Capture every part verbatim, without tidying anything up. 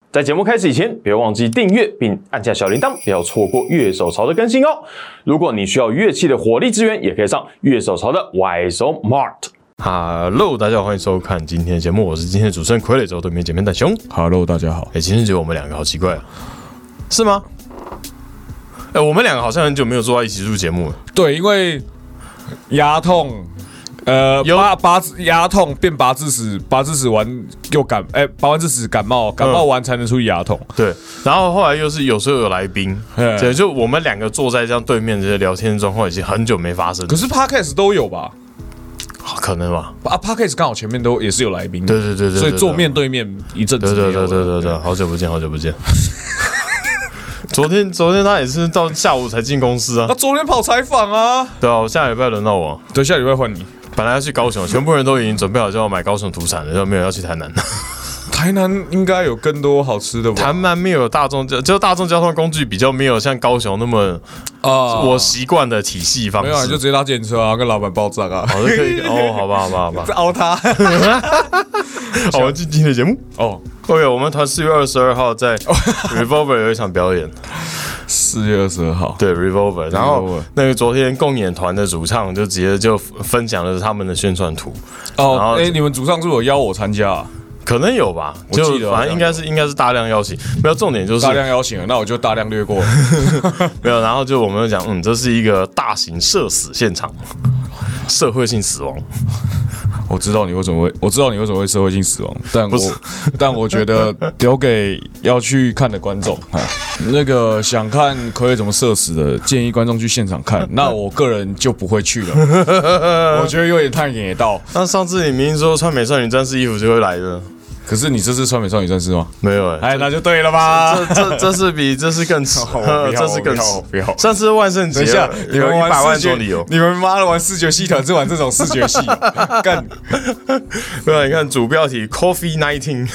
在节目开始以前，别忘记订阅并按下小铃铛，不要错过乐手潮的更新哦。如果你需要乐器的火力支援，也可以上乐手潮的 Y S O Mart。Hello， 大家好，欢迎收看今天的节目，我是今天的主持人傀儡周对面姐妹大雄。 Hello， 大家好。 哎、欸，今天觉得我们两个好奇怪啊，是吗？哎、欸，我们两个好像很久没有坐在一起录节目了。 对，因为牙痛。呃，拔拔牙痛变拔智齿，拔智齿完又感，哎、欸，拔完智齿感冒，感冒完才能出牙痛。 嗯、对，然后后来又是有时候有来宾，对，就我们两个坐在这样对面这些聊天的状况已经很久没发生。 可是 Podcast 都有吧？ 可能吧。 啊 ，Podcast 刚好前面都也是有来宾， 对对对 对， 所以坐面对面一阵子。 对对对对对对，好久不见，好久不见。昨天昨天他也是到下午才进公司啊。 他昨天跑采访啊。 对啊，我下礼拜轮到我。 对，下礼拜换你。 本来要去高雄，全部人都已经准备好就要买高雄土产了，就没有要去台南。 台南应该有更多好吃的吧？ 台南没有大众交，就大众交通工具比较没有像高雄那么啊，我习惯的体系方式。 没有，就直接搭电车啊，跟老板报账啊。 好的，可以哦，好吧，好吧，好吧。 再凹他。 好，我们进今天的节目哦。OK， 我们团四月二十二号在 Revolver 有一场表演。 四月二十二号， 对 Revolver， 然后那个昨天共演团的主唱就直接就分享了他们的宣传图。 哦，哎、欸，你们主唱是不是有邀我参加啊？ 可能有吧，我记得，反正应该是应该是大量邀请，没有重点就是大量邀请了，那我就大量略过。 没有，然后就我们就讲，嗯，这是一个大型社死现场，社会性死亡。 我知道你为什么会，我知道你为什么会社会性死亡，但我但我觉得留给要去看的观众，那个想看傀儡怎么社死的，建议观众去现场看。那我个人就不会去了，我觉得有点太野道。 那上次你明明说穿美少女战士衣服就会来的。 可是你这次穿美少女战士吗？ 没有哎、欸， 哎，那就对了吧？ 这这这是比这是更迟，这是更迟。 不要， 上次万圣节， 你们一百万种理由， 你们妈的玩视觉系团是玩这种视觉系，干。 对啊，你看主标题 Coffee Nineteen，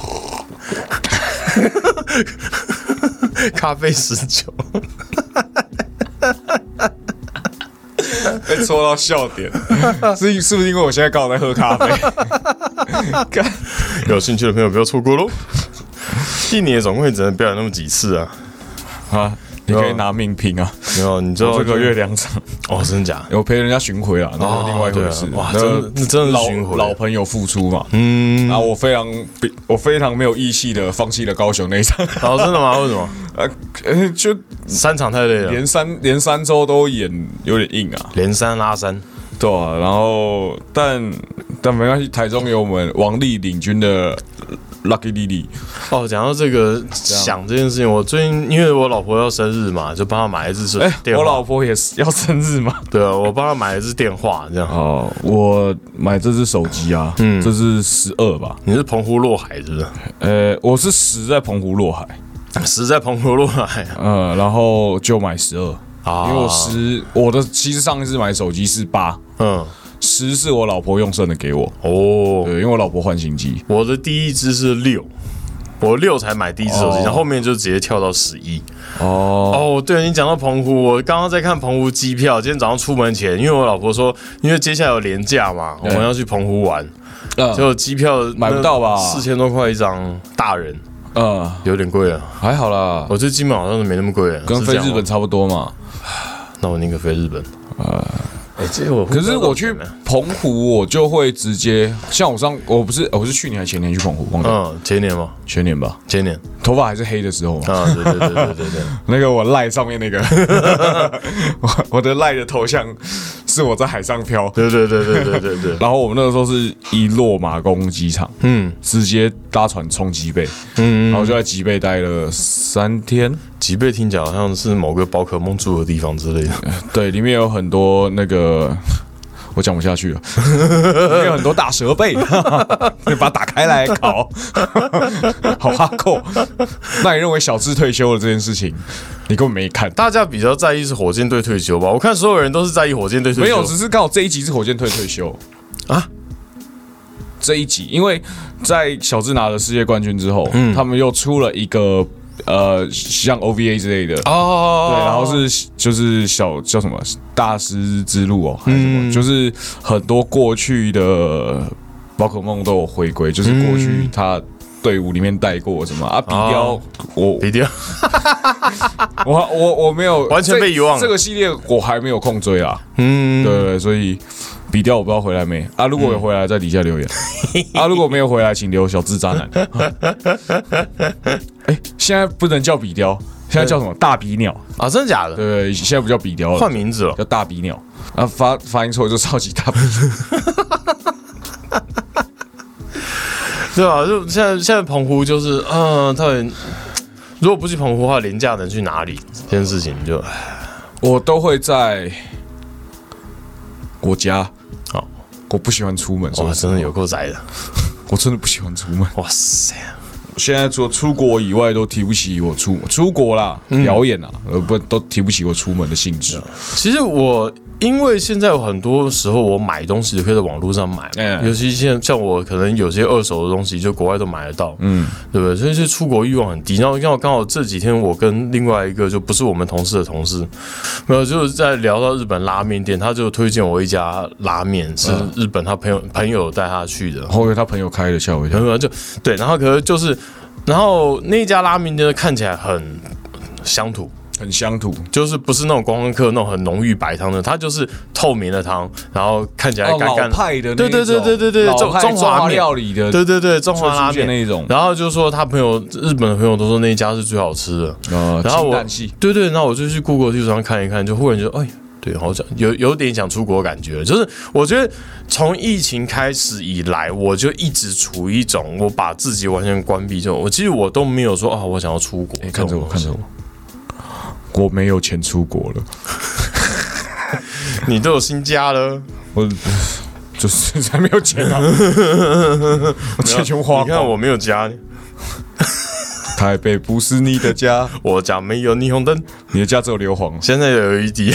咖啡十九。 被戳到笑点，是是不是因为我现在刚好在喝咖啡？ 有兴趣的朋友不要错过喽！一年总会只能表演那么几次啊！ 啊，你可以拿命拼啊！ 没有，你知道这个月两场哦，真的假的？ 我陪人家巡回啊，然后另外一回事。 哇，真的真的是巡回， 老朋友付出嘛。嗯，啊，我非常我非常没有义气的放弃了高雄那一场。 哦，真的吗？为什么？ 呃，就三场太累了， 连三连三周都演有点硬啊， 连三拉三， 对啊，然后但但没关系，台中有我们王力领军的 Lucky Lily。 哦，讲到这个想这件事情，我最近因为我老婆要生日嘛，就帮她买一支手电话。 我老婆也是要生日嘛， 对啊，我帮她买了一支电话，这样。 哦，我买这支手机啊，嗯，这是十二吧？ 你是澎湖落海是不是？ 呃，我是十在澎湖落海。 十在澎湖落海、啊， 呃，然后就买十二啊，因为我十我的其实上一次买手机是八，嗯，十是我老婆用剩的给我哦，对，因为我老婆换新机， 我的第一支是六，我六才买第一支手机，然后后面就直接跳到十一。哦哦，对你讲到澎湖，我刚刚在看澎湖机票，今天早上出门前，因为我老婆说，因为接下来有连假嘛，我们要去澎湖玩，结果机票买不到吧， 四千多块一张，大人。嗯，有点贵啊， 还好啦。 我这基本好像是没那么贵， 跟飞日本差不多嘛。 那我宁可飞日本。呃，哎、欸，这我可是我去澎湖，我就会直接像我上，我不是我是去年还前年去澎湖，忘了。 嗯，前年吗？ 前年吧， 前年。 头发还是黑的时候嘛。 啊，对对对对对对。 那个我赖上面那个，我我的赖的头像是我在海上漂。 对对对对对对对。 然后我们那个时候是一落马公机场，嗯，直接搭船冲吉贝，嗯，然后就在吉贝待了三天。 吉贝听起来好像是某个宝可梦住的地方之类的。 对，里面有很多那个。我讲不下去了，里面有很多大蛇背，你把它打开来烤，好哈扣。那你认为小智退休了这件事情，你根本没看。 大家比较在意是火箭队退休吧？我看所有人都是在意火箭队退休， 没有，只是刚好这一集是火箭队退休啊。这一集，因为在小智拿了世界冠军之后，嗯、他们又出了一个。呃，像 O V A 之类的哦，对，然后是就是小叫什么大师之路哦，还是什么，嗯、就是很多过去的宝可梦都有回归，就是过去他队伍里面带过什么啊？比雕，哦、我比雕， 我我我没有完全被遗忘了。 这个系列我还没有空追啊。嗯，对对，所以比雕我不知道回来没啊？如果有回来，在底下留言。啊，如果没有回来，请留小智渣男。哎、欸，现在不能叫比雕，现在叫什么大比鸟啊？真的假的？ 对对，现在不叫比雕了， 换名字了， 叫大比鸟。啊，发发音错就超级大比。 对啊，就现在现在澎湖就是，嗯，到底如果不去澎湖的话，廉价能去哪里？这件事情就， 我都会在我家。好，我不喜欢出门。 哇，真的有够宅的， 我真的不喜欢出门。 哇塞！ 现在除了出国以外，都提不起我出出国啦，嗯、表演啊，呃不都提不起我出门的兴致。 其实我。因为现在有很多时候我买东西可以在网络上买，嗯、尤其像像我可能有些二手的东西，就国外都买得到，嗯，对不对？所以是出国欲望很低。然后刚好刚好这几天我跟另外一个就不是我们同事的同事，没有就是在聊到日本拉面店，他就推荐我一家拉面，是日本他朋友朋友带他去的， 后面他朋友开的，吓我一跳。 就对，然后可能就是，然后那家拉面店看起来很乡土。 很乡土， 就是不是那种观光客那种很浓郁白汤的，它就是透明的汤，然后看起来干干、 哦、老派的那种， 对对对对对对，中中华料理的， 对对对，中华拉面那一种。 然后就说他朋友日本的朋友都说那一家是最好吃的， 呃， 然后我对对，然后我就去 Google 地图上看一看，就忽然觉得，哎，对，好想有有点想出国的感觉，就是我觉得从疫情开始以来，我就一直处于一种我把自己完全关闭，就我其实我都没有说啊，我想要出国， 欸、看着我，看着我。我没有钱出国了， 你都有新家了， 我就是还没有钱啊，我钱全花光。 你看我没有家， 台北不是你的家， 我家没有霓虹灯， 你的家只有硫磺， 现在有 L E D。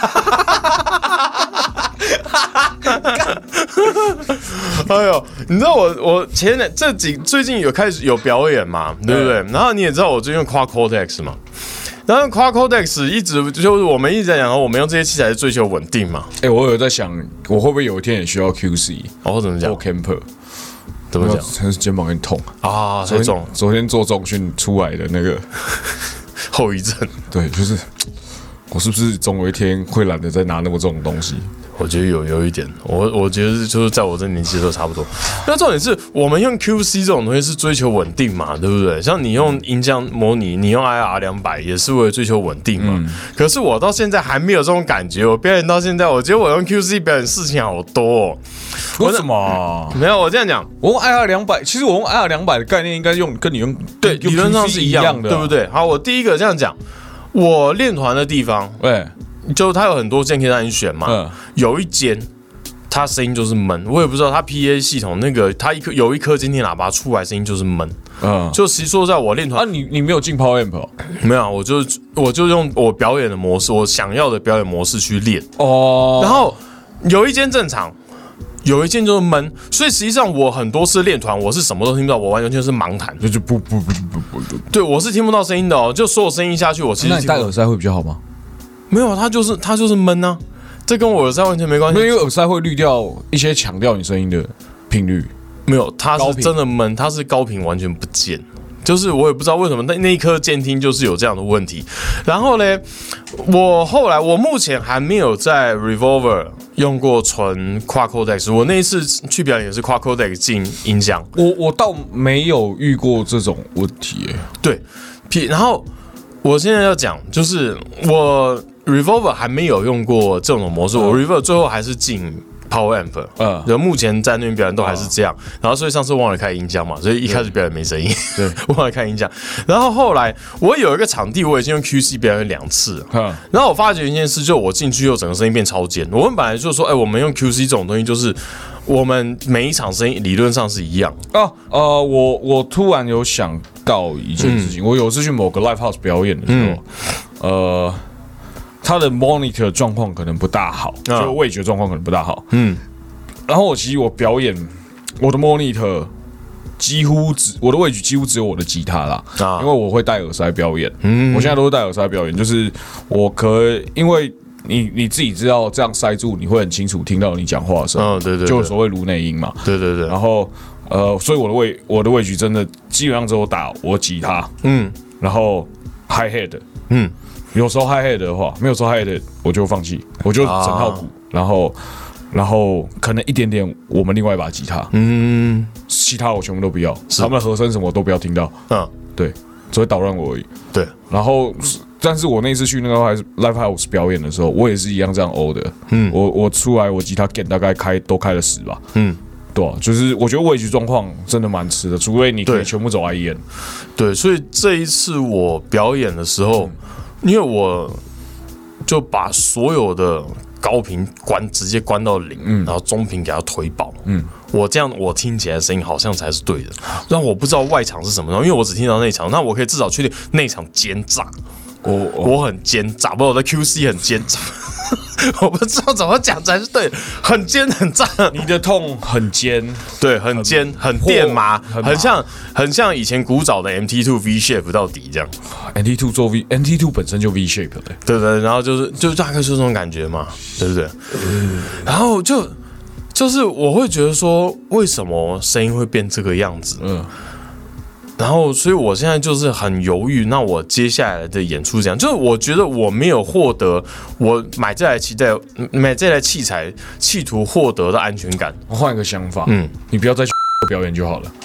哎呦，你知道我我前两这几最近有开始有表演嘛，对不对？然后你也知道我最近跨 Cortex 嘛。然后 Quad Cortex 一直就是我们一直在讲，我们用这些器材是追求稳定嘛。 哎、欸，我有在想，我会不会有一天也需要 Q C？ 哦，怎么讲？ 做 camper， 怎么讲？ 真是肩膀很痛啊！ 昨天昨天做重训出来的那个后遗症， 对，就是我是不是总有一天会懒得再拿那么重的东西？ 我觉得有有一点，我我觉得就是在我这年纪都差不多。那重点是我们用 Q C 这种东西是追求稳定嘛，对不对？像你用音箱模拟，你用 I R 两百也是为了追求稳定嘛。嗯、可是我到现在还没有这种感觉，我表演到现在，我觉得我用 Q C 表演事情好多、哦。 为什么？ 没有，我这样讲， 我用 I R 两百，其实我用 I R 两百的概念应该用跟你用对理论上是一样的，对不对？好，我第一个这样讲，我练团的地方，对，就它有很多间可以让你选嘛，嗯、有一间。它声音就是闷，我也不知道它 P A 系统那个，它一颗有一颗监听喇叭出来声音就是闷，嗯，就其实说在我练团啊，你你没有进 Power Amp 没有，我就我就用我表演的模式，我想要的表演模式去练哦，然后有一间正常，有一间就是闷，所以实际上我很多次练团，我是什么都听不到，我完全是盲弹， 就就不不不不不， 对我是听不到声音的哦，就所有声音下去，我其实那你戴耳塞会比较好吗？ 没有，它就是它就是闷啊。这跟我耳塞完全没关系， 因为耳塞会滤掉一些强调你声音的频率。 没有，它是真的闷，它是高频完全不见。就是我也不知道为什么那那一颗监听就是有这样的问题。然后呢，我后来我目前还没有在 Revolver 用过纯 Quad Cortex， 我那一次去表演也是 Quad Cortex 进音箱。 我我倒没有遇过这种问题耶。 对，然后我现在要讲就是我。Revolver 还没有用过这种模式，我 Revolver 最后还是进 Power Amp， 嗯，然后目前在那边表演都还是这样。然后所以上次忘了开音箱嘛，所以一开始表演没声音，对，忘了开音箱。然后后来我有一个场地，我已经用 Q C 表演两次，嗯，然后我发觉一件事，就我进去后整个声音变超尖。我们本来就说，哎、欸，我们用 Q C 这种东西，就是我们每一场声音理论上是一样。 哦，呃，我我突然有想到一件事情，嗯、我有次去某个 Live House 表演的时候，嗯、呃。他的 monitor 状况可能不大好，啊、就味觉状况可能不大好。嗯，然后我其实我表演我的 monitor 几乎只我的味觉几乎只有我的吉他啦，啊、因为我会戴耳塞表演。嗯，我现在都是戴耳塞表演，就是我可以因为你你自己知道这样塞住，你会很清楚听到你讲话的时候，哦、对 对, 對，就所谓颅内音嘛。 对对对。 然后呃，所以我的位我的位局真的基本上只有打我吉他，嗯，然后 hi hat， 嗯，有时候 hi hat 的话，没有时候 hi hat 我就放弃，我就整套鼓，啊、然后然后可能一点点我们另外一把吉他，嗯，其他我全部都不要，他们的和声什么我都不要听到，嗯，对，只会捣乱我而已， 对， 然后。但是我那次去那个 live house 表演的时候，我也是一样这样欧的。嗯，我我出来我吉他 gain 大概开都开了十吧。嗯，对啊，就是我觉得位局状况真的蛮吃的，除非你可以全部走 I E N。 对，所以这一次我表演的时候，嗯、因为我就把所有的高频关直接关到零，嗯、然后中频给它推爆。嗯，我这样我听起来声音好像才是对的，但我不知道外场是什么，因为我只听到内场，那我可以至少确定内场奸诈。我我很奸诈，不，我的 Q C 很奸诈，我不知道怎么讲才是对的，很奸很诈。 你的痛很尖， 对，很尖，很电麻，很像很像以前古早的 M T 二 V shape 到底这样。 M T 二 做 V M T 二本身就 V shape 的， 对对，然后就是就大概是这种感觉嘛，对不对？嗯、然后就就是我会觉得说，为什么声音会变这个样子？嗯。然后，所以我现在就是很犹豫。那我接下来的演出怎样？就是我觉得我没有获得我买这台器材、买这台器材企图获得的安全感。 我换一个想法，嗯，你不要再去表演就好了。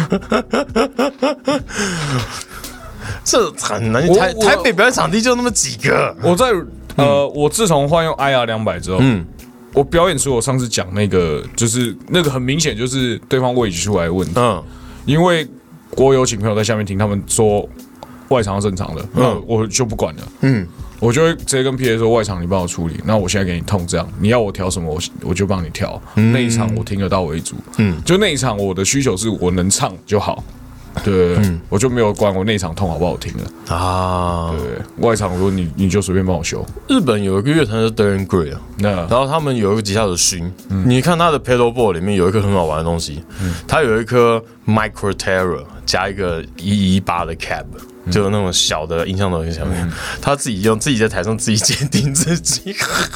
这很难。台台北表演场地就那么几个。 我在呃，嗯、我自从换用 I R 两百之后，嗯，我表演出我上次讲那个，就是那个很明显就是对方位置出来的问题，嗯，因为。我有请朋友在下面听，他们说外场是正常的，那、嗯、我就不管了。嗯，我就会直接跟 P A 说外场你帮我处理，那我现在给你痛这样，你要我调什么我我就帮你调。嗯、那一场我听得到为主，嗯，就那一场我的需求是我能唱就好，对，嗯、我就没有管我那一场痛好不好听了啊。对，外场我说你你就随便帮我修。 日本有一个乐团是 Darren Gray 啊，那然后他们有一个吉他手勋，嗯、你看他的 pedal board 里面有一颗很好玩的东西，嗯、他有一颗 Micro Terror。加一个一一八的 cab， 就那种小的音箱东西下面，嗯、他自己用自己在台上自己鉴定自己，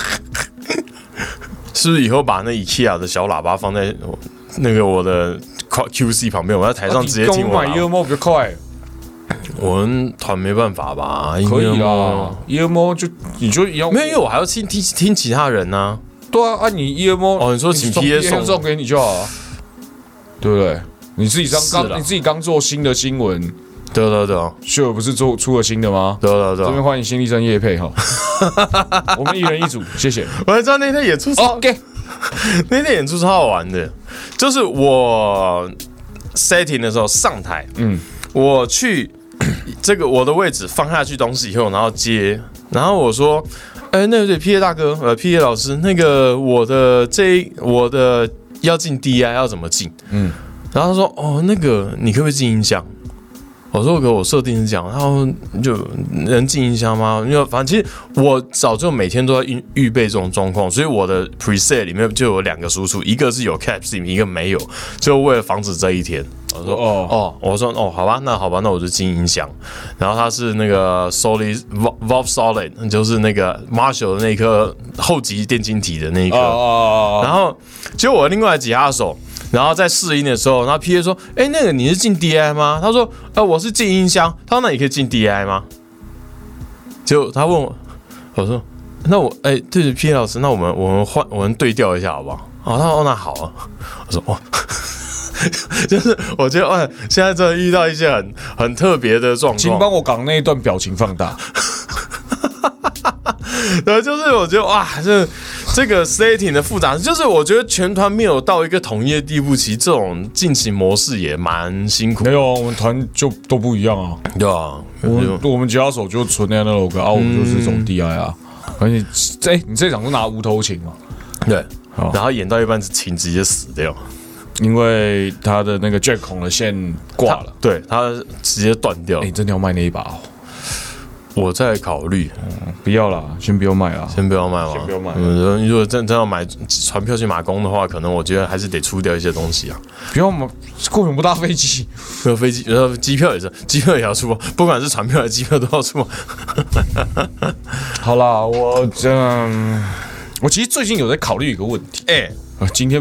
是不是以后把那 IKEA 的小喇叭放在那个我的 Q C 旁边，我在台上直接听我。 买 earmo 比较快。 我们团没办法吧？ 可以啦 ，earmo 就你就要没有，因为我还要听听听其他人呢、啊。 对啊，啊你 earmo 哦，你说请 P A 送送给你就好了，对不对？你自己刚刚你自己刚做新的新闻， 对对对， 秀尔不是做出了新的吗？ 对对对， 这边欢迎新力生业配哈，我们一人一组，谢谢。 我还知道那天演出超 OK， 那天演出超好玩的，就是我 setting 的时候上台，嗯，我去这个我的位置放下去东西以后，然后接，然后我说，哎、欸，那个 P A 大哥，呃 ，P A 老师，那个我的这我的要进 D I 要怎么进？嗯。然后他说：“哦，那个你可不可以进音箱？”我说：“给我设定是这样。”然后就能进音箱吗？因为反正其实我早就每天都在预预备这种状况，所以我的 preset 里面就有两个输出，一个是有 capsim， 一个没有，就为了防止这一天。我说：“哦哦，我说哦，好吧，那好吧，那我就进音箱。”然后它是那个 solid valve solid， 就是那个 Marshall 的那颗后级电晶体的那一颗。然后结果我另外吉他手。然后在试音的时候，然后 P A 说：“哎，那个你是进 D I 吗？”他说：“呃，我是进音箱。”他说：“那你可以进 D I 吗？”结果他问我，我说：“那我哎，对对 ，P A 老师，那我们我们换我们对调一下好不好？”哦，他说：“哦，那好啊。”我说：“哇，就是我觉得哇，现在真的遇到一些很很特别的状况。” 请帮我港那一段表情放大。 然后就是我觉得哇，这这个 setting 的复杂，就是我觉得全团没有到一个统一的地步，其实这种进行模式也蛮辛苦。 没有，我们团就都不一样啊。 对啊， 我们我们吉他手就纯 analog 啊，我们就是走 D I 啊。而且这、欸、你这场是拿无头琴嘛？ 对，然后演到一半琴直接死掉， 因为他的那个 jack 孔的线挂了， 对，他直接断掉。 哎、欸，你真的要卖那一把哦？ 我在考虑、 嗯，不要啦，先不要卖啦， 先不要卖嘛， 先不要卖。 嗯，如果真真要买船票去马公的话，可能我觉得还是得出掉一些东西啊。 不要嘛，过永不搭飞机， 没有飞机，呃，机票也是，机票也要出，不管是船票还是机票都要出。 好啦，我这、嗯，我其实最近有在考虑一个问题，哎、欸，今天的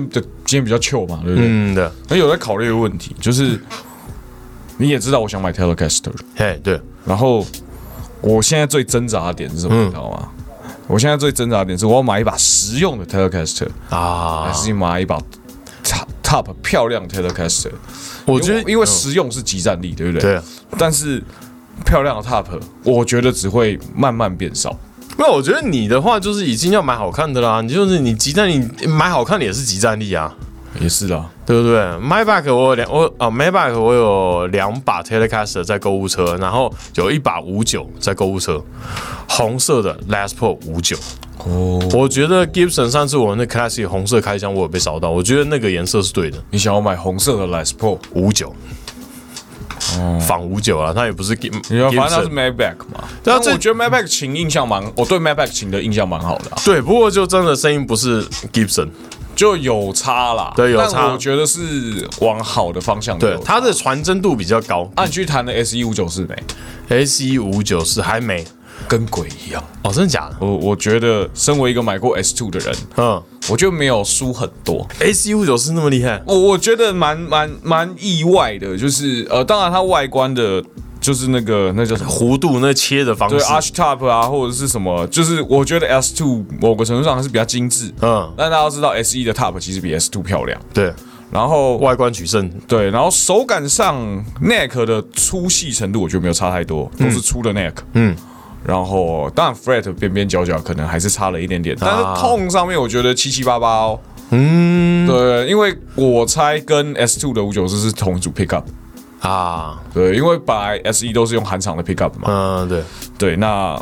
今天比较 chill 嘛，对不对？ 嗯，对。 那有在考虑的问题就是，你也知道我想买 Telecaster， 嘿，对。 然后我现在最挣扎的点是什么？嗯、你知道吗？我现在最挣扎的点是，我要买一把实用的 Telecaster 啊，还是买一把 Top 漂亮 Telecaster？ 我觉得， 因为实用是即战力，对不对？ 对。 但是漂亮的 Top， 我觉得只会慢慢变少。 没有，我觉得你的话就是已经要买好看的啦，你就是你即战力买好看的也是即战力啊， 也是啦， 对不对 ？Maybach 我有两我啊 Maybach 我有两把 Telecaster 在购物车，然后有一把五九在购物车，红色的 Les Paul 五九。哦，我觉得 Gibson 上次我那 Classic 红色开箱我有被烧到，我觉得那个颜色是对的。 你想要买红色的 Les Paul 五九？哦，仿五九啊，它也不是 Gibson， 反正它是 Maybach 嘛。对啊，我觉得 Maybach 琴印象蛮，我对 Maybach 琴的印象蛮好的、啊。 对，不过就真的声音不是 Gibson， 就有差啦。 对，有差。 但我觉得是往好的方向走。 对，它的传真度比较高。 啊，你去弹的 S 一五九四没 ？S 一五九四还没。 跟鬼一样哦，真的假的？ 我我觉得，身为一个买过 S 二 的人，嗯，我觉得没有输很多。 S 一五九四那么厉害， 我我觉得蛮蛮蛮意外的，就是呃，当然它外观的，就是那个那叫什么弧度那切的方式， 对 Arch Top 啊，或者是什么，就是我觉得 S 二 某个程度上还是比较精致，嗯，但大家要知道 S 一 的 Top 其实比 S 二 漂亮， 对， 然后外观取胜， 对，然后手感上 neck 的粗细程度我觉得没有差太多，都是粗的 neck， 嗯。然后，当然 ，fret 边边角角可能还是差了一点点，但是 tone 上面我觉得七七八八哦。嗯，对，因为我猜跟 S 二 的五九四是同一组 pickup 啊。对，因为本来 S 一 都是用韩厂的 pickup 嘛。嗯，对。对，那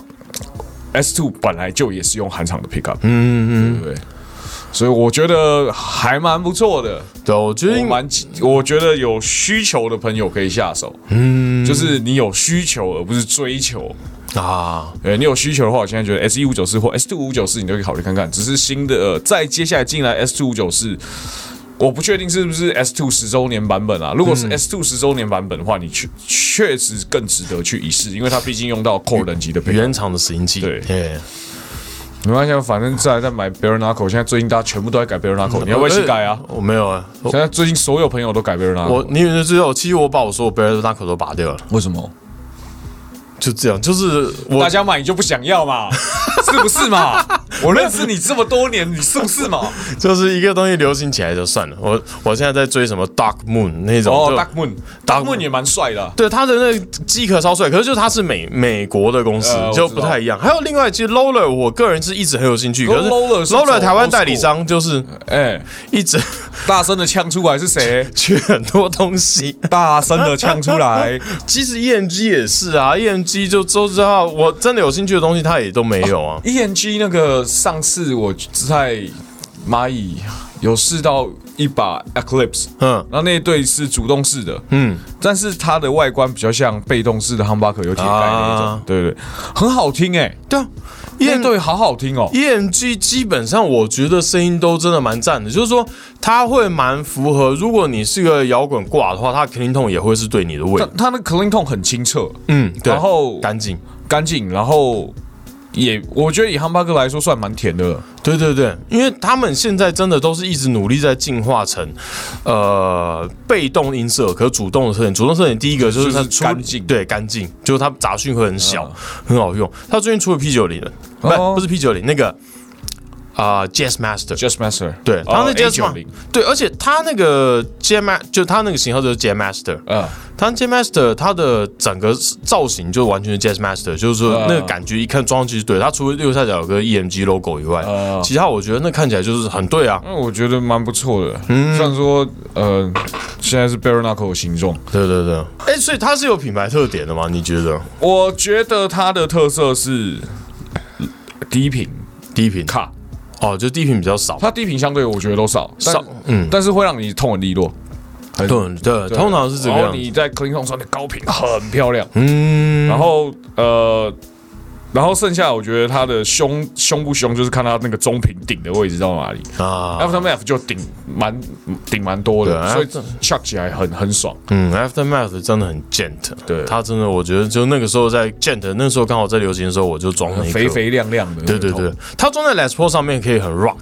S 二 本来就也是用韩厂的 pickup。嗯嗯，对不对？所以我觉得还蛮不错的。 对，我觉得蛮，我觉得有需求的朋友可以下手。嗯，就是你有需求而不是追求。啊，对，你有需求的话，我现在觉得 S 一五九四或 S 二 五九四你都可以考虑看看。只是新的，呃、再接下来进来 S 二 五九四，我不确定是不是 S 二 十周年版本啊。如果是 S 二 十周年版本的话，你确确实更值得去一试，因为它毕竟用到 Core 等级的原厂的拾音器。对， 没关系，反正再再买 Bare Knuckle， 现在最近大家全部都在改 Bare Knuckle， 你要不要一起改啊？ 我没有啊， 现在最近所有朋友都改 Bare Knuckle。 我你以为只有，其实我把我所有 Bare Knuckle 都拔掉了。 为什么？ 就这样，就是我大家买你就不想要嘛，是不是嘛？我认识你这么多年，你是不是嘛？ 就是一个东西流行起来就算了。我我现在在追什么 Dark Moon 那种， 哦 Dark Moon，Dark Moon 也蛮帅的、啊。 对，他的那个机壳超帅，可是就是他是美美国的公司，呃、就不太一样。还有另外，其实 Roller 我个人是一直很有兴趣，可是 Roller 台湾代理商就是哎、欸、一直大声的呛出来是谁？ 缺很多东西， 大声的呛出来。 其实 E M G 也是啊 ，E M G 就都知道，我真的有兴趣的东西，他也都没有啊。 哦、E M G 那个上次我在蚂蚁有试到一把 Eclipse， 嗯，然后那一对是主动式的，嗯，但是它的外观比较像被动式的 humbucker 有铁盖那种，啊、对对，很好听哎、欸， 对啊。 那对好好听哦 ，E M G 基本上我觉得声音都真的蛮赞的，就是说它会蛮符合，如果你是个摇滚挂的话，它 clean tone 也会是对你的味。 它那 clean tone 很清澈， 嗯，对， 然后干净干净，然后也我觉得以 humbucker 来说算蛮甜的了。 对对对，因为他们现在真的都是一直努力在进化成呃被动音色，可是主动的特点，主动特点第一个就是它干净， 对干净，就是它杂讯会很小，嗯、很好用。它最近出了 P 九十了，不、哦、不是 P 九十 那个。啊、呃、，Jazz Master，Jazz Master， 对，他那 Jazz Master，对，而且他那个 Jazz Master， 就他那个型号就是 Jazz Master， 嗯，他 Jazz Master， 他的整个造型就完全是 Jazz Master， 就是说那个感觉一看装上去是对，他除了右下角有个 E M G logo 以外，呃、其他我觉得那看起来就是很对啊， 那我觉得蛮不错的，嗯，虽然说呃现在是 Bare Knuckle 的形状， 对对对，哎、欸，所以它是有品牌特点的吗？你觉得？ 我觉得它的特色是低频， 低频卡。 哦，就低频比较少， 它低频相对我觉得都少， 少，嗯， 但是会让你痛很利落， 对对，通常是这样。 然后你在 clean tone 上的高频很漂亮，嗯，然后呃，然后剩下我觉得它的胸胸不胸，就是看它那个中频顶的位置到哪里啊 ，Aftermath 就顶蛮顶蛮多的，所以 chuck 起来很很爽。 嗯 ，Aftermath 真的很 gent， 对，它真的我觉得就那个时候在 gent， 那时候刚好在流行的时候，我就装了一个肥肥亮亮的， 对对对，它装在 Les Paul 上面可以很 rock。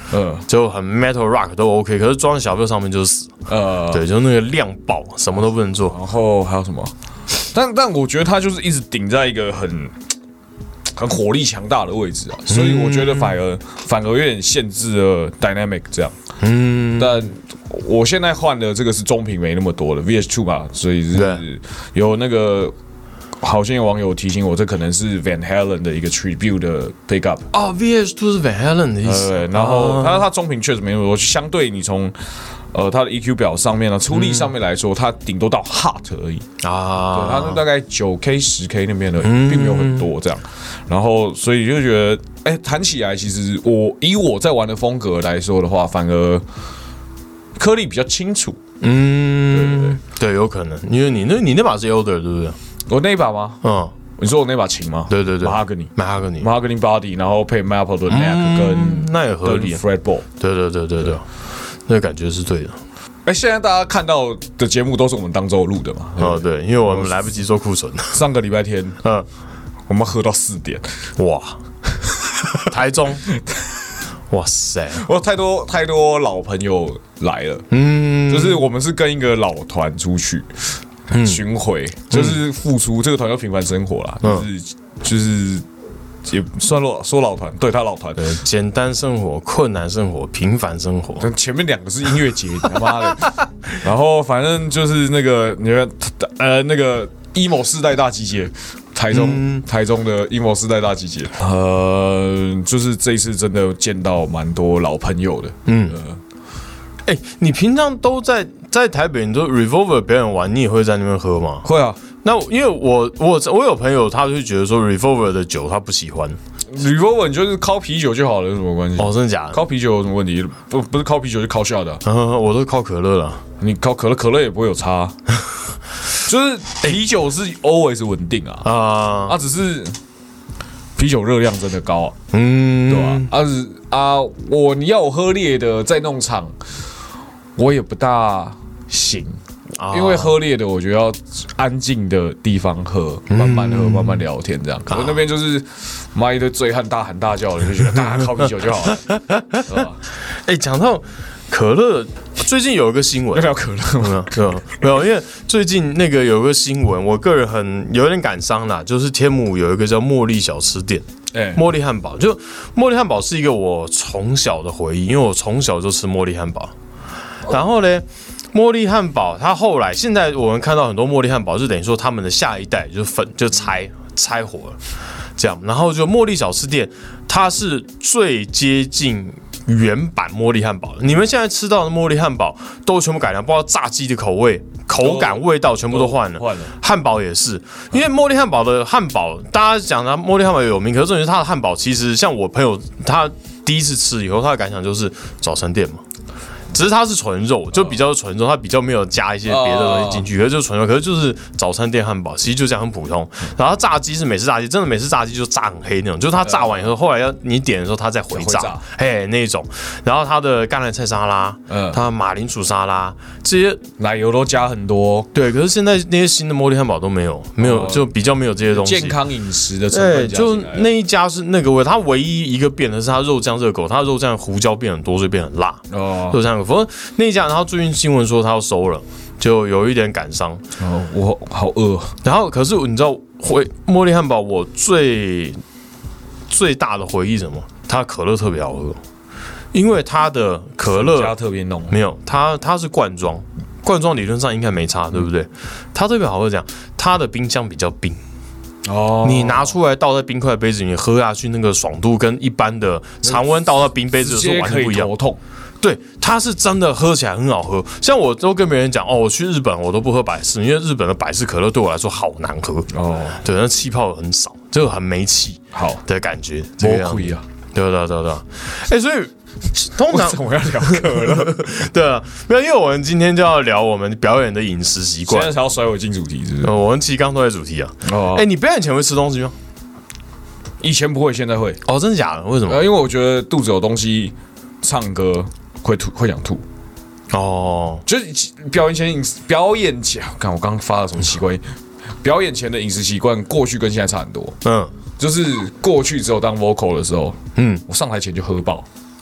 嗯，就很 metal rock 都 OK， 可是装在小票上面就是死，呃，对，就那个亮爆，什么都不能做。 然后还有什么？但但我觉得他就是一直顶在一个很很火力强大的位置啊，所以我觉得反而、嗯、反而有点限制了 dynamic 这样。嗯，但我现在换的这个是中频没那么多的 V S 二 嘛，所以是有那个。好像有网友提醒我，这可能是 Van Halen 的一个 tribute 的 pickup 哦 ，V S 二 是 Van Halen 的意思。 对，然后它它中频确实没那么多，相对你从呃它的 E Q 表上面呢，出力上面来说，它顶多到 hot 而已啊，对，它大概九 K 十 K 那边的，并没有很多这样。然后所以就觉得，哎，弹起来其实我以我在玩的风格来说的话，反而颗粒比较清楚。嗯， 对对对，对，有可能，因为你那你那把是 Elder 对不对？ 我那一把吗？嗯，你说我那把琴吗？ 对对对， 马哈格尼， 马哈格尼， 马哈格尼 body， 然后配 maple 的 neck 跟、嗯、 那也合理 ，fretboard， 对对对对对，那感觉是对的。 哎、欸，现在大家看到的节目都是我们当周录的嘛？ 哦，对，因为我们来不及做库存。 上个礼拜天，嗯，我们喝到四点， 哇，台中，哇塞， 我太多太多老朋友来了，嗯，就是我们是跟一个老团出去。巡回、嗯、就是付出、嗯、这个团叫平凡生活啦，嗯、就是就是也算说说老团，对他老团， 简单生活、困难生活、平凡生活。 前面两个是音乐节，你他妈的。然后反正就是那个你们呃那个 emo 世代大集结，台中、嗯、台中的 emo 世代大集结，呃，就是这一次真的见到蛮多老朋友的，嗯。呃哎、欸，你平常都在在台北，你都 Revolver 表演完，你也会在那边喝吗？ 会啊。 那因为我我我有朋友，他就觉得说 Revolver 的酒他不喜欢。 Revolver 你就是靠啤酒就好了，有什么关系？ 哦，真的假的？ 靠啤酒有什么问题？不不是靠啤酒就靠下的、啊嗯。我都靠可乐了。 你靠可乐，可乐也不会有差、啊。就是啤酒是 always 稳定啊啊，啊只是啤酒热量真的高啊，嗯，对吧？啊是啊，我你要我喝烈的在弄场。我也不大行，因为喝烈的，我觉得要安静的地方喝，慢慢喝，慢慢聊天这样。可是那边就是妈一堆醉汉大喊大叫的，就觉得大家靠啤酒就好了，是吧？ 哎，讲到可乐，最近有一个新闻， 要聊可乐吗？没有，没有，因为最近那个有一个新闻，我个人很有点感伤啦，就是天母有一个叫茉莉小吃店。欸、茉莉汉堡，就茉莉汉堡是一个我从小的回忆，因为我从小就吃茉莉汉堡。然后呢，茉莉汉堡它后来现在我们看到很多茉莉汉堡，就等于说他们的下一代就分就拆拆伙了，这样。然后就茉莉小吃店，它是最接近原版茉莉汉堡的。你们现在吃到的茉莉汉堡都全部改良，包括炸鸡的口味、口感、味道全部都换了。换了，汉堡也是，因为茉莉汉堡的汉堡，大家讲它茉莉汉堡有名，可是重点是它的汉堡其实像我朋友他第一次吃以后，他的感想就是早餐店嘛。只是它是纯肉，就比较纯肉，它比较没有加一些别的东西进去，可是就是纯肉，可是就是早餐店汉堡，其实就这样很普通。然后炸鸡是美式炸鸡，真的美式炸鸡就炸很黑那种，就是它炸完以后，后来要你点的时候它再回炸，嘿那种。然后它的甘蓝菜沙拉，嗯，它的马铃薯沙拉，这些奶油都加很多。 对，可是现在那些新的茉莉汉堡都没有，没有就比较没有这些东西。 健康饮食的成分加进来了。 就那一家是那个味，它唯一一个变的是它肉酱热狗，它肉酱胡椒变很多，所以变很辣。哦，肉酱热狗，不过那一家。然后最近新闻说他要收了，就有一点感伤。 哦，我好饿。 然后可是你知道，回茉莉汉堡我最最大的回忆是什么？它可乐特别好喝，因为它的可乐加特别浓。 没有，它它是罐装，罐装理论上应该没差，对不对？它特别好喝，这样它的冰箱比较冰。哦，你拿出来倒在冰块杯子里面喝下去，那个爽度跟一般的常温倒到冰杯子的时候完全不一样。 头痛。 对，它是真的喝起来很好喝。像我都跟别人讲，哦，我去日本我都不喝百事，因为日本的百事可乐对我来说好难喝。哦，对，那气泡很少，就很没气好的感觉。这个样子啊，对对对对。哎，所以通常我要聊可乐， 对啊，没有，因为我们今天就要聊我们表演的饮食习惯。 现在才要甩我进主题，是不是？ 哦，我们其实刚都在主题啊。哦，哎，你表演前会吃东西吗？ 以前不会，现在会。 哦，真的假的？为什么？ 呃，因为我觉得肚子有东西，唱歌。会吐，会想吐，哦，就是表演前饮食，表演前，看我刚刚发了什么奇怪，表演前的饮食习惯，过去跟现在差很多，嗯，就是过去只有当 vocal 的时候，嗯，我上台前就喝爆，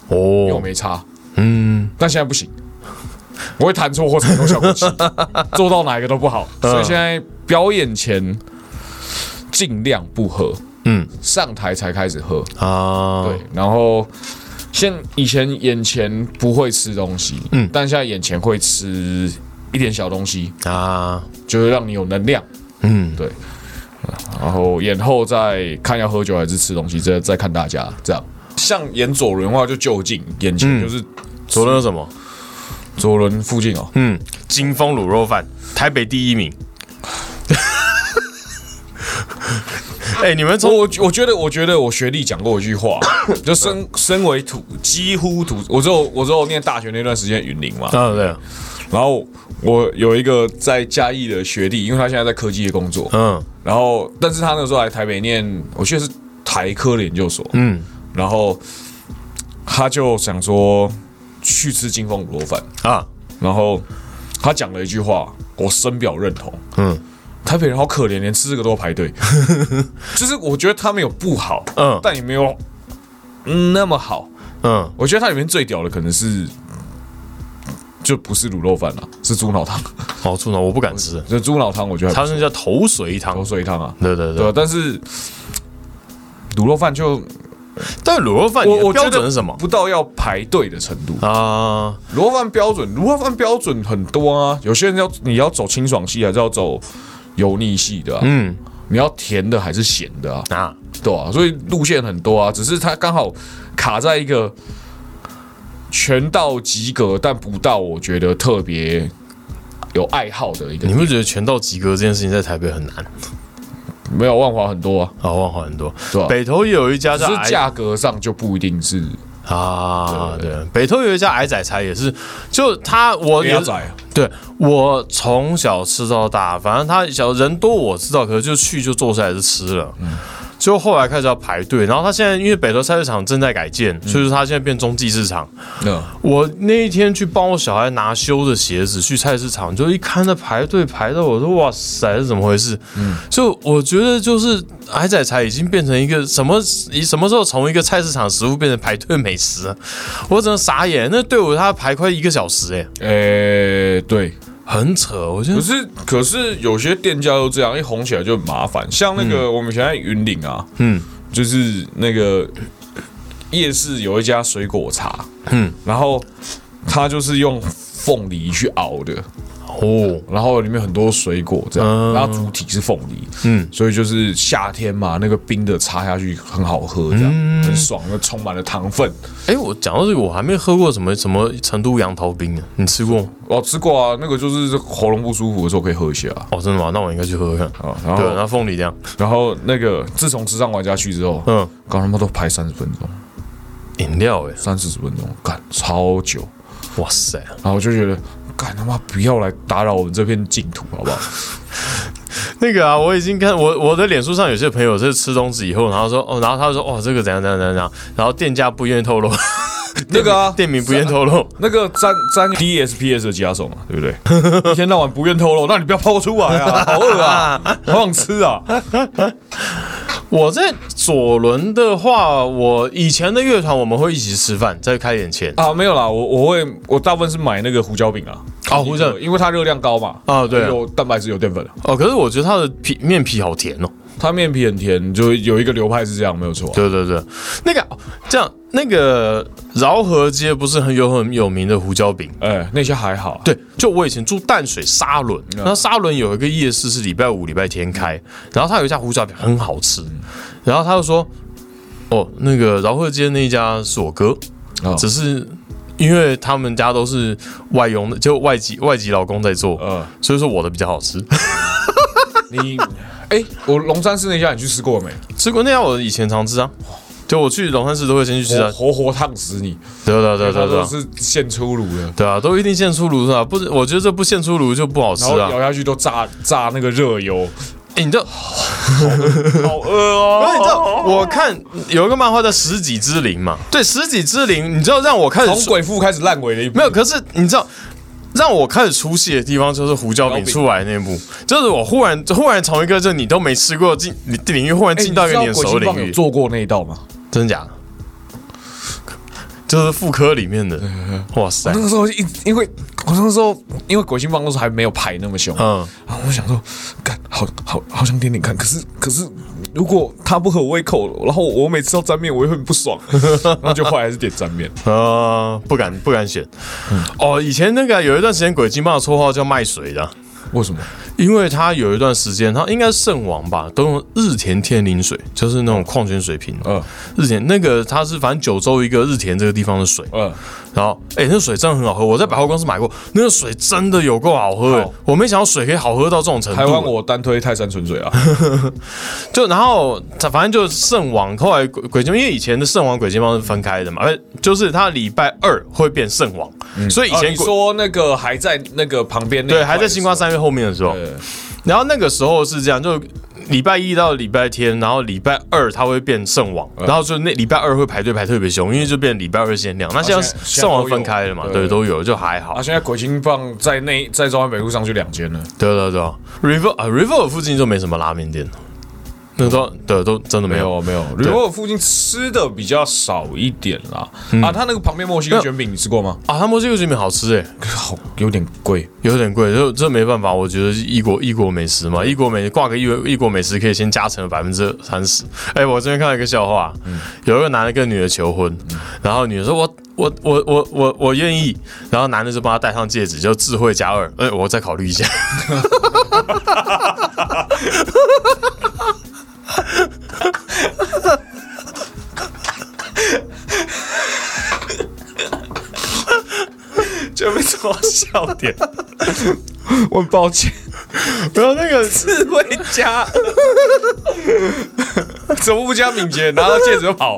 哦，因为我没差。嗯，但现在不行，我会弹错或踩错效果器，做到哪一个都不好，所以现在表演前尽量不喝。嗯，上台才开始喝啊。对，然后现以前眼前不会吃东西，嗯，但现在眼前会吃一点小东西啊，就会让你有能量。嗯，对。然后演后再看要喝酒还是吃东西，再再看大家这样。像演左轮的话，就就近眼前就是、嗯、 左轮有什么？ 左轮附近哦， 嗯，金丰卤肉饭，台北第一名。哎、欸，你们从我我觉得，我觉得我学弟讲过一句话，就身身为土，几乎土，我只有我只有念大学那段时间云林嘛， 啊对。 然后我有一个在嘉义的学弟，因为他现在在科技业工作，嗯，然后但是他那个时候来台北念，我记得是台科的研究所，嗯，然后他就想说去吃金丰卤肉饭啊，然后他讲了一句话，我深表认同，嗯。台北人好可怜，连吃这个都要排队。就是我觉得他没有不好，嗯，但也没有、嗯、那么好，嗯。我觉得它里面最屌的可能是，就不是卤肉饭了，是猪脑汤。 哦，猪脑我不敢吃， 这猪脑汤我觉得它是叫头水汤， 头水汤啊， 对对 对, 对。但是卤肉饭就， 但卤肉饭你的标准是什么？ 不到要排队的程度啊。卤肉饭标准，卤肉饭标准很多啊。有些人要你要走清爽系，还是要走油腻系的、啊，嗯，你要甜的还是咸的啊？啊，对啊，所以路线很多啊，只是它刚好卡在一个全到及格，但不到我觉得特别有爱好的一个。 你会觉得全到及格这件事情在台北很难？ 没有，万华很多啊， 啊、哦，万华很多，对吧、啊？北投也有一家叫， 只是价格上就不一定是。 啊，对，对，北投有一家矮仔菜也是，就他我也仔， 对我从小吃到大，反正他小人多我知道，可是就去就坐下来就吃了，嗯，就后来开始要排队，然后他现在因为北投菜市场正在改建，嗯、所以说他现在变中继市场。嗯、我那一天去帮我小孩拿修的鞋子去菜市场，就一看那排队排到我说哇塞，是怎么回事？嗯，就我觉得就是矮仔菜已经变成一个什么什么时候从一个菜市场食物变成排队美食了？我真的傻眼，那队伍他排快一个小时哎、欸， 诶、欸，对。 很扯，我觉得。 可是，可是有些店家都这样，一红起来就很麻烦。像那个、嗯、我们以前在云林啊，嗯，就是那个夜市有一家水果茶，嗯，然后它就是用凤梨去熬的。哦，然后里面很多水果这样，嗯、然后主体是凤梨，嗯，所以就是夏天嘛，那个冰的插下去很好喝，这样、嗯、很爽，又充满了糖分。 哎、欸，我讲到这个，我还没喝过什么什么成都杨桃冰呢，你吃过吗？ 哦，吃过啊，那个就是喉咙不舒服的时候可以喝一下。 哦，真的吗？那我应该去喝喝看啊。然后对，然后凤梨这样， 然后那个自从时尚玩家去之后，嗯，刚他妈都排三十分钟， 饮料哎、欸， 三四十分钟，干超久， 哇塞！ 然后我就觉得。干他妈不要来打扰我们这片净土，好不好？ 那个啊，我已经看我我的脸书上有些朋友是吃东西以后，然后说哦，然后他说哦，这个怎样怎样怎样，然后店家不愿意透露， 那个啊， 店名不愿透露， 那个沾沾 D S P S 的家手嘛，对不对？一天到晚不愿透露，那你不要抛出来啊，好饿啊，好想吃啊。 我在左轮的话，我以前的乐团我们会一起吃饭，在开演前啊，没有啦，我我会我大部分是买那个胡椒饼啊， 啊胡椒， 因为它热量高嘛， 啊对， 有蛋白质有淀粉哦，可是我觉得它的皮面皮好甜哦， 它面皮很甜，就有一个流派是这样，没有错、啊。 对对对，那个这样那个饶河街不是很有很有名的胡椒饼？ 哎、欸，那些还好。 对，就我以前住淡水沙仑，然后沙仑有一个夜市是礼拜五、礼拜天开，然后他有一家胡椒饼很好吃，然后他就说，哦，那个饶河街那一家是我哥，哦、只是。因为他们家都是外佣的，就外籍外籍劳工在做，呃、所以说我的比较好吃。 你，哎、欸，我龙山寺那家你去吃过没？ 吃过那家，我以前常吃啊。就我去龙山寺都会先去吃啊， 活活烫死你！ 对对对对对， 都是现出炉的。 对啊，都一定现出炉是吧？不是，我觉得这不现出炉就不好吃啊。 然后咬下去都炸炸那个热油。 欸、你知道， 好饿哦！ 然后你知道，我看有一个漫画叫《十几之灵》嘛，对，《十几之灵》，你知道让我开始从鬼父开始烂尾的一部， 没有。可是你知道，让我开始出戏的地方就是胡椒饼出来那部，就是我忽然忽然从一个就你都没吃过进领域，忽然进到一个你的熟领域。 有做过那一道吗？ 真的假的？ 就是妇科里面的。哇塞！ 那个时候一因为我那个时候因为鬼心棒那时候还没有排那么凶，嗯，然后我想说，干好好好想点点看，可是可是如果他不合我胃口，然后我每次要沾面我也会很不爽，然后就后来还是点沾面。 呃，不敢不敢选。嗯、哦，以前那个有一段时间鬼金棒的绰号叫卖水的。 为什么？ 因为他有一段时间，他应该是圣王吧，都用日田天灵水，就是那种矿泉水瓶。嗯，日田那个他是反正九州一个日田这个地方的水。嗯，然后哎、欸，那水真的很好喝，我在百货公司买过，那个水真的有够好喝、欸。我没想到水可以好喝到这种程度。 台湾我单推泰山纯水啊， 就然后反正就圣王，后来鬼鬼金，因为以前的圣王鬼金棒是分开的嘛，就是他礼拜二会变圣王，嗯、所以以前、哦、 你说那个还在那个旁边那对，还在星光三月后面的时候。然后那个时候是这样，就礼拜一到礼拜天，然后礼拜二它会变圣王，嗯、然后就那礼拜二会排队排特别凶，因为就变礼拜二限量。那现在圣王分开了嘛，对，都有，就还好。 啊，现在鬼金棒在内在中央北路上就两间了。 对对对 ，River 啊 ，River 附近就没什么拉面店。那都对都真的没有没有 ，River 附近吃的比较少一点啦。嗯、啊，他那个旁边墨西哥卷饼你吃过吗？ 啊，他墨西哥卷饼好吃哎、欸， 好有点贵， 有点贵，就这没办法，我觉得异国异国美食嘛，异国美挂个异异国美食可以先加成百分之三十。哎，我这边看到一个笑话，嗯、有一个男的跟女的求婚，嗯、然后女的说我我我我我我愿意，然后男的就帮他戴上戒指，就智慧加二，哎，我再考虑一下。就没什么笑点， 我很抱歉。 不要那个智慧加，怎么不加敏捷？拿到戒指就跑。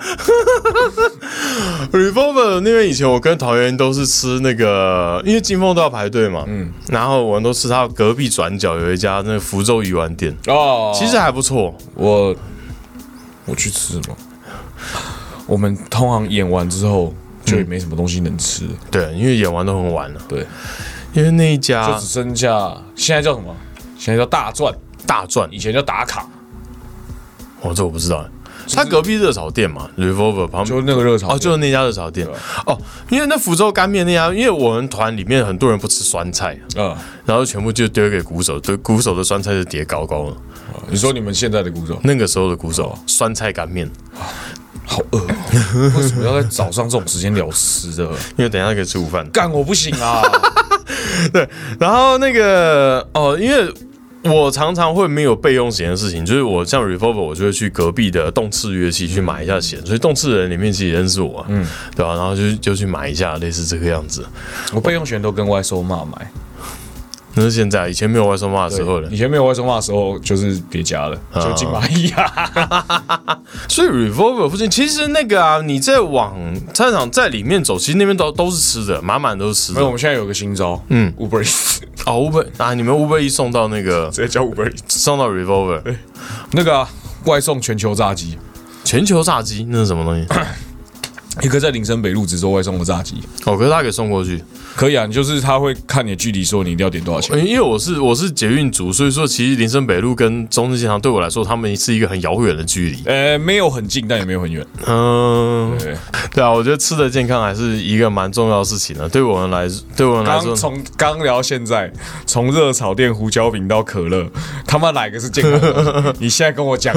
Revolver 那边以前我跟桃园都是吃那个，因为金凤都要排队嘛，嗯，然后我们都吃他隔壁转角有一家那个福州鱼丸店哦，其实还不错。 我我去吃嘛，我们通常演完之后。就也没什么东西能吃、嗯， 对，因为演完都很晚了。 对， 因为那一家就只剩下现在叫什么？现在叫大赚， 大赚， 以前叫打卡。 哦，这我不知道。他隔壁热炒店嘛 ，Revolver 旁边就是那个热炒店， 哦，就是那家热炒店。哦，因为那福州干面那家，因为我们团里面很多人不吃酸菜，嗯，然后全部就丢给鼓手，对，鼓手的酸菜就叠高高了。 你说你们现在的鼓手， 那个时候的鼓手，酸菜干面。 好饿、哦，为什么要在早上这种时间聊吃的？ 因为等一下可以吃午饭。 干我不行啊！ 对，然后那个哦，因为我常常会没有备用弦的事情，就是我像 Revolver， 我就会去隔壁的动次乐器去买一下弦，所以动次人里面其实也认识我、啊，嗯，对吧、啊？然后就就去买一下，类似这个样子。 我备用弦都跟外收骂买。 那是现在，以前没有外收骂的时候了。 以前没有外收骂的时候，就是别家了，就金蚂蚁啊。 所以 Revolver 附近其实那个啊，你在往菜场在里面走，其实那边都都是吃的，满满都是吃的。 没有，我们现在有个新招，嗯 ，Uber Eats 哦 ，Uber 啊，你们 Uber Eats 送到那个直接叫 Uber Eats 送到 Revolver， 对，那个、啊、外送全球炸鸡， 全球炸鸡那是什么东西？ 一个在林森北路只做外送的炸鸡， 哦，可是他给送过去。 可以啊，就是他会看你的距离，说你一定要点多少钱。 因为我是我是捷运族，所以说其实林森北路跟中正机场对我来说，他们是一个很遥远的距离。 呃，没有很近，但也没有很远。 嗯，对对啊，我觉得吃的健康还是一个蛮重要的事情的。对我们来，对我们来说， 从刚聊现在，从热炒店、胡椒饼到可乐，他妈哪个是健康的？你现在跟我讲。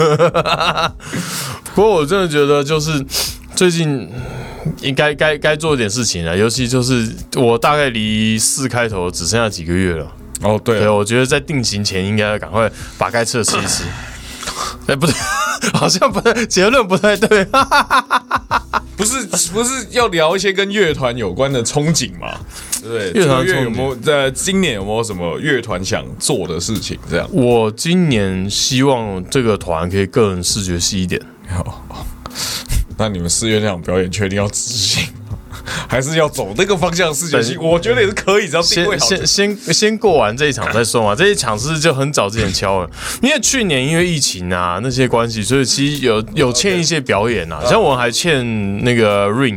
不过我真的觉得就是最近。应该该该做一点事情了，尤其就是我大概离四开头只剩下几个月了。 哦，对， 对，我觉得在定型前应该要赶快把该吃的吃一吃。哎，不对，好像不对，结论不太对。 不是不是要聊一些跟乐团有关的憧憬吗？对，乐团有没有在今年有没有什么乐团想做的事情？这样， 我今年希望这个团可以个人视觉系一点。 那你们四月那场表演确定要执行，还是要走那个方向视觉系？我觉得也是可以，只要定位好。 先先先先过完这一场再说嘛。这一场是就很早之前敲了，因为去年因为疫情啊那些关系，所以其实有有欠一些表演啊。像我还欠那个 Ring，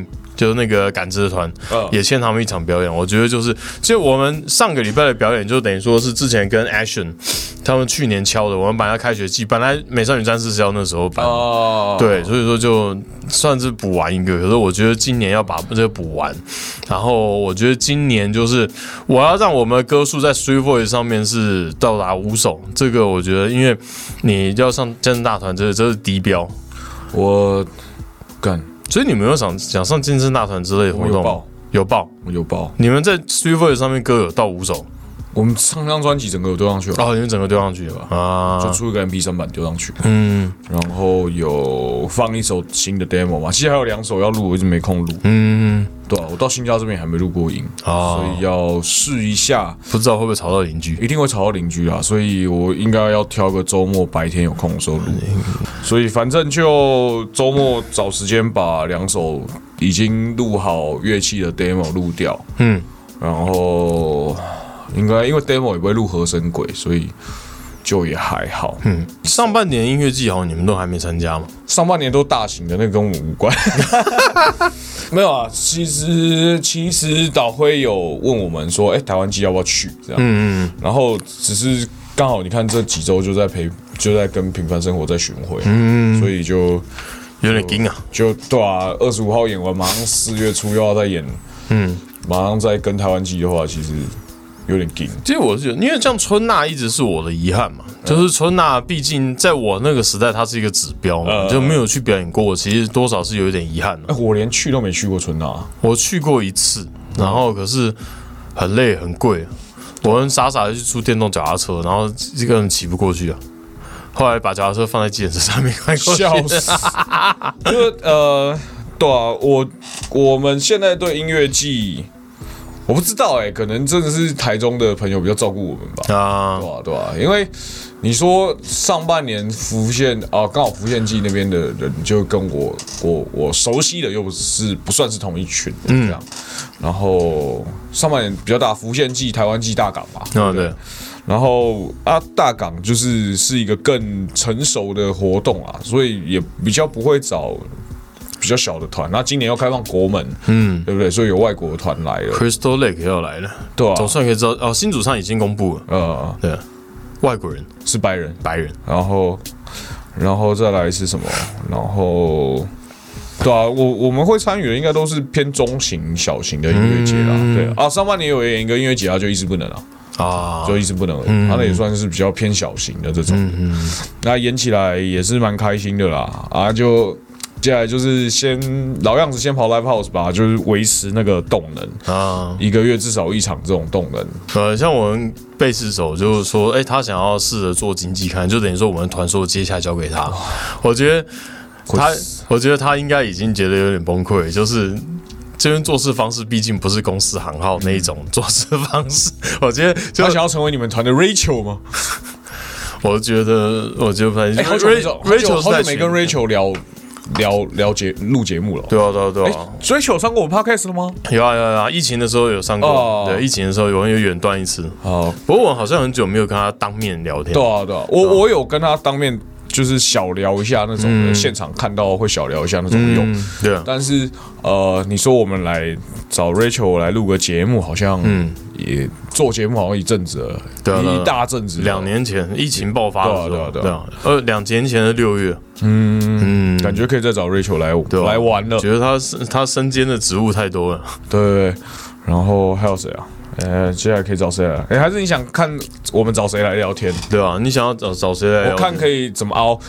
就是那个感知团，嗯、也欠他们一场表演。我觉得就是，就我们上个礼拜的表演，就等于说是之前跟 Action 他们去年敲的。我们本来开学季，本来美少女战士是要那时候办，哦、对，所以说就算是补完一个。可是我觉得今年要把这个补完，然后我觉得今年就是我要让我们的歌数在 Street Voice 上面是到达五首。这个我觉得，因为你要上健身大团，这这是低标。 我干。 所以你们有想想上健身大团之类的活动？有报，有报， 有报。 你们在 Street Voice 上面歌有到五首？ 我们上张专辑整个有丢上去了。 哦，你们整个丢上去了啊？ 就出一个 M P 三 版丢上去。嗯，然后有放一首新的 demo 嘛，其实还有两首要录，我一直没空录。嗯，对啊，我到新家这边还没录过音啊，所以要试一下， 不知道会不会吵到邻居？ 一定会吵到邻居啦，所以我应该要挑个周末白天有空的时候录。所以反正就周末找时间把两首已经录好乐器的 demo 录掉。嗯，然后。应该因为 demo 也不会录和声轨，所以就也还好。嗯， 上半年音乐季好像你们都还没参加吗？ 上半年都大型的，那个跟我们无关。没有啊，其实其实导辉有问我们说，哎、欸，台湾季要不要去？这样，嗯嗯，然后只是刚好你看这几周就在陪，就在跟平凡生活在巡回，嗯，所以就有点紧啊， 就对啊，二十五号演完，马上四月初又要再演，嗯，马上再跟台湾季的话，其实。有点紧， 其实我是觉得，因为像春娜一直是我的遗憾嘛，嗯、就是春娜毕竟在我那个时代，它是一个指标嘛，嗯、就没有去表演过，其实多少是有一点遗憾的、 欸。我连去都没去过春娜， 我去过一次，然后可是很累很贵，我很傻傻的去租电动脚踏车，然后这个人骑不过去啊，后来把脚踏车放在计程车上面开过去， 笑死！就呃，对啊，我我们现在对音乐季。我不知道哎、欸，可能真的是台中的朋友比较照顾我们吧。啊，对啊，对啊，因为你说上半年浮现啊，刚好浮现季那边的人就跟我我我熟悉的又不是不算是同一群的这样。嗯、然后上半年比较大，浮现季、台湾季、大港嘛。对不对？对然后啊，大港就是是一个更成熟的活动啦，所以也比较不会找。比较小的团，那今年要开放国门，嗯，对不对？所以有外国的团来了 ，Crystal Lake 要来了， 对啊， 总算可以知道哦，新主唱已经公布了，呃，对，外国人是白人， 白人， 然后，然后再来是什么？然后，对啊，我我们会参与的应该都是偏中型、小型的音乐节啦，嗯、对啊，上半年有演一个音乐节，它就一直不能了。啊，就一直不能，嗯、它那也算是比较偏小型的这种，嗯嗯、那演起来也是蛮开心的啦，啊就。接下来就是先老样子，先跑 live house 吧，就是维持那个动能啊，一个月至少一场这种动能。 呃，像我们贝斯手就是说，哎、欸，他想要试着做经纪看，就等于说我们团说接下来交给他。我觉得他，我觉得他应该已经觉得有点崩溃，就是这边做事方式毕竟不是公司行号那一种做事方式。我觉得他想要成为你们团的 Rachel 吗？ 我觉得，我觉得反正、欸、 好久 Rachel 好久没跟 Rachel 聊。聊聊节录节目了， 对啊对啊对啊。 所以有上过我们 podcast 了吗？ 有啊有啊，疫情的时候有上过，哦、对，疫情的时候有有远端一次。哦，不过我好像很久没有跟他当面聊天。 对啊对啊，我我有跟他当面就是小聊一下那种，嗯、现场看到会小聊一下那种有，嗯、对啊。但是呃，你说我们来找 Rachel 来录个节目，好像嗯也做节目好像一阵子了，对啊，一大阵子， 两年前疫情爆发的时候，对啊对啊对啊，呃，两年前的六月，嗯嗯，感觉可以再找 Rachel 来来玩了， 觉得他他身兼的职务太多了， 对对对，然后还有谁啊？呃，接下来可以找谁来？哎、欸，还是你想看我们找谁来聊天？ 对啊，你想要找找谁来聊天？ 我看可以怎么凹。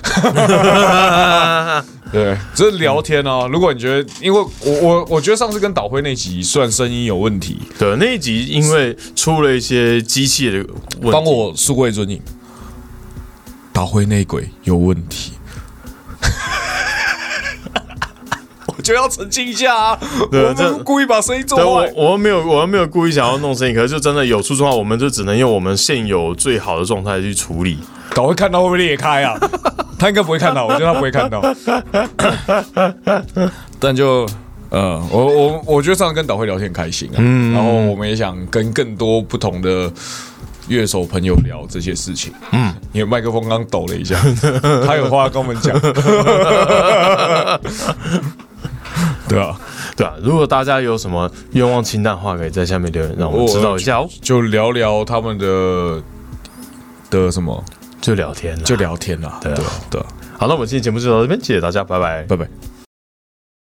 对，这是聊天哦。如果你觉得，因为我我我觉得上次跟导辉那集算声音有问题， 对，那一集因为出了一些机器的问题， 帮我恕位尊影，导辉内鬼有问题。就要澄清一下啊！我们故意把声音做坏， 我我没有，我没有故意想要弄声音，可是就真的有出状况，我们就只能用我们现有最好的状态去处理。 导会看到会不会裂开啊？他应该不会看到，我觉得他不会看到。但就呃，我我我觉得上次跟导会聊天很开心啊，嗯、然后我们也想跟更多不同的乐手朋友聊这些事情。嗯，因为麦克风刚抖了一下，他有话跟我们讲。对啊， 对啊，如果大家有什么愿望清单的话，可以在下面留言，让我们知道一下哦。 就聊聊他们的的什么， 就聊天啦， 就聊天啦。 对啊， 对啊。 好，那我们今天节目就到这边，谢谢大家，拜拜， 拜拜。